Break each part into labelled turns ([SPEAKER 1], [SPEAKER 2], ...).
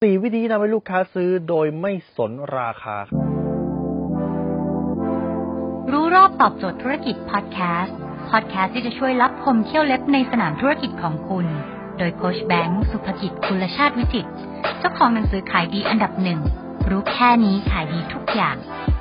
[SPEAKER 1] 4 วิธีทำให้ลูกค้าซื้อโดยไม่สนราคา
[SPEAKER 2] รู้รอบตอบโจทย์ธุรกิจพอดแคสต์ที่จะช่วยลับคมเขี้ยวเล็บในสนามธุรกิจของคุณโดยโค้ชแบงค์สุภกิจกุลชาติวิจิตรเจ้าของหนังสือขายดีอันดับ1รู้แค่นี้ขายดีทุกอย่าง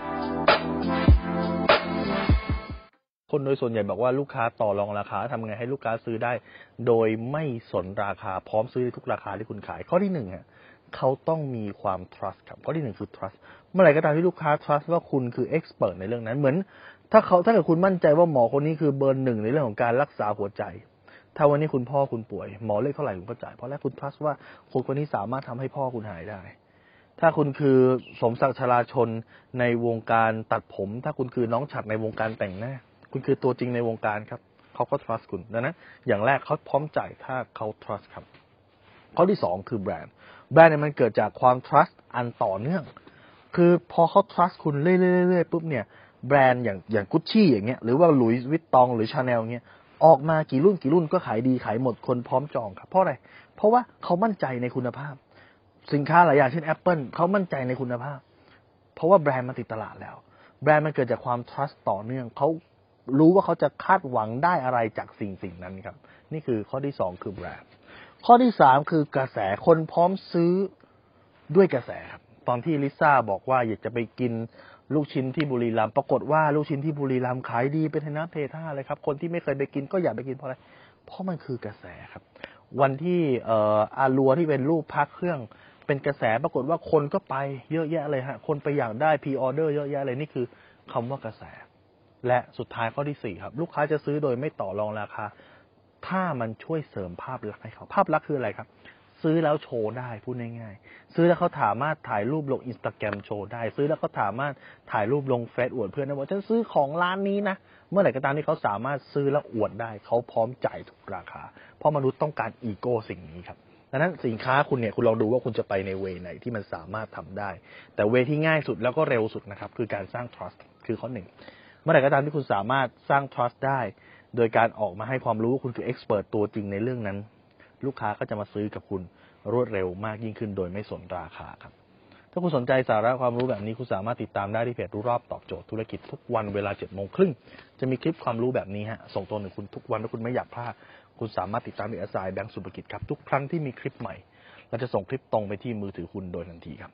[SPEAKER 1] คนโดยส่วนใหญ่บอกว่าลูกค้าต่อรองราคาทำไงให้ลูกค้าซื้อได้โดยไม่สนราคาพร้อมซื้อทุกราคาที่คุณขายข้อที่1เขาต้องมีความ trust ครับข้อที่1คือ trust เมื่อไหร่ก็ตามที่ลูกค้า trust ว่าคุณคือ expert ในเรื่องนั้นเหมือนถ้าเกิดคุณมั่นใจว่าหมอคนนี้คือเบอร์ 1ในเรื่องของการรักษาหัวใจถ้าวันนี้คุณพ่อคุณป่วยหมอเลขเท่าไหร่คุณก็จ่ายเพราะแรกคุณ trust ว่าคนนี้สามารถทำให้พ่อคุณหายได้ถ้าคุณคือสมศักดิ์ชลาชนในวงการตัดผมถ้าคุณคือน้องฉัตรในวงการแต่งหน้าคุณคือตัวจริงในวงการครับเขาก็ trust คุณดังนั้นอย่างแรกเขาพร้อมจ่ายถ้าเขา trust ครับข้อที่2คือแบรนด์เนี่ยมันเกิดจากความ trust อันต่อเนื่องคือพอเขา trust คุณเรื่อยๆปุ๊บเนี่ยแบรนด์อย่างกุชชี่อย่างเงี้ยหรือว่าหลุยส์วิตตองหรือชาแนลเงี้ยออกมากี่รุ่นก็ขายดีขายหมดคนพร้อมจองครับเพราะอะไรเพราะว่าเขามั่นใจในคุณภาพสินค้าหลายอย่างเช่น Apple เขามั่นใจในคุณภาพเพราะว่าแบรนด์มันติดตลาดแล้วแบรนด์มันเกิดจากความ trust ต่อเนื่องเขารู้ว่าเขาจะคาดหวังได้อะไรจากสิ่งนั้นครับนี่คือข้อที่2คือแบรนด์ข้อที่3คือกระแสคนพร้อมซื้อด้วยกระแสครับตอนที่ลิซ่าบอกว่าอยากจะไปกินลูกชิ้นที่บุรีรัมย์ปรากฏว่าลูกชิ้นที่บุรีรัมย์ขายดีเป็นเทน้ำเทท่าเลยครับคนที่ไม่เคยไปกินก็อยากไปกินเพราะอะไรเพราะมันคือกระแสครับวันที่อาลัวที่เป็นรูปพักเครื่องเป็นกระแสปรากฏว่าคนก็ไปเยอะแยะเลยฮะคนไปอยากได้พรีออเดอร์เยอะแยะเลยนี่คือคำว่ากระแสและสุดท้ายข้อที่4ครับลูกค้าจะซื้อโดยไม่ต่อรองราคาถ้ามันช่วยเสริมภาพลักษณ์ให้เขาภาพลักษณ์คืออะไรครับซื้อแล้วโชว์ได้พูดง่ายๆซื้อแล้วเขาสามารถถ่ายรูปลง Instagram โชว์ได้ซื้อแล้วเขาสามารถถ่ายรูปลงเฟซอวดเพื่อนได้ว่าฉันซื้อของร้านนี้นะเมื่อไหร่ก็ตามที่เขาสามารถซื้อแล้วอวดได้เขาพร้อมจ่ายทุกราคาเพราะมนุษย์ต้องการอีโก้สิ่งนี้ครับดังนั้นสินค้าคุณเนี่ยคุณลองดูว่าคุณจะไปในเวไหนที่มันสามารถทำได้แต่เวที่ง่ายสุดแล้วก็เร็วสุดนะครับคือการสร้าง trust คือข้อ1เมื่อไหร่ก็ตามที่คุณสามารถสร้าง trust ได้โดยการออกมาให้ความรู้ว่าคุณคือ expert ตัวจริงในเรื่องนั้นลูกค้าก็จะมาซื้อกับคุณรวดเร็วมากยิ่งขึ้นโดยไม่สนราคาครับถ้าคุณสนใจสาระความรู้แบบนี้คุณสามารถติดตามได้ที่เพจรู้รอบตอบโจทย์ธุรกิจทุกวันเวลา 7:30 นจะมีคลิปความรู้แบบนี้ฮะส่งตรงถึงคุณทุกวันถ้าคุณไม่อยากพลาดคุณสามารถติดตามที่แบงค์สุภกิจครับทุกครั้งที่มีคลิปใหม่เราจะส่งคลิปตรงไปที่มือถือคุณโดยทันทีครับ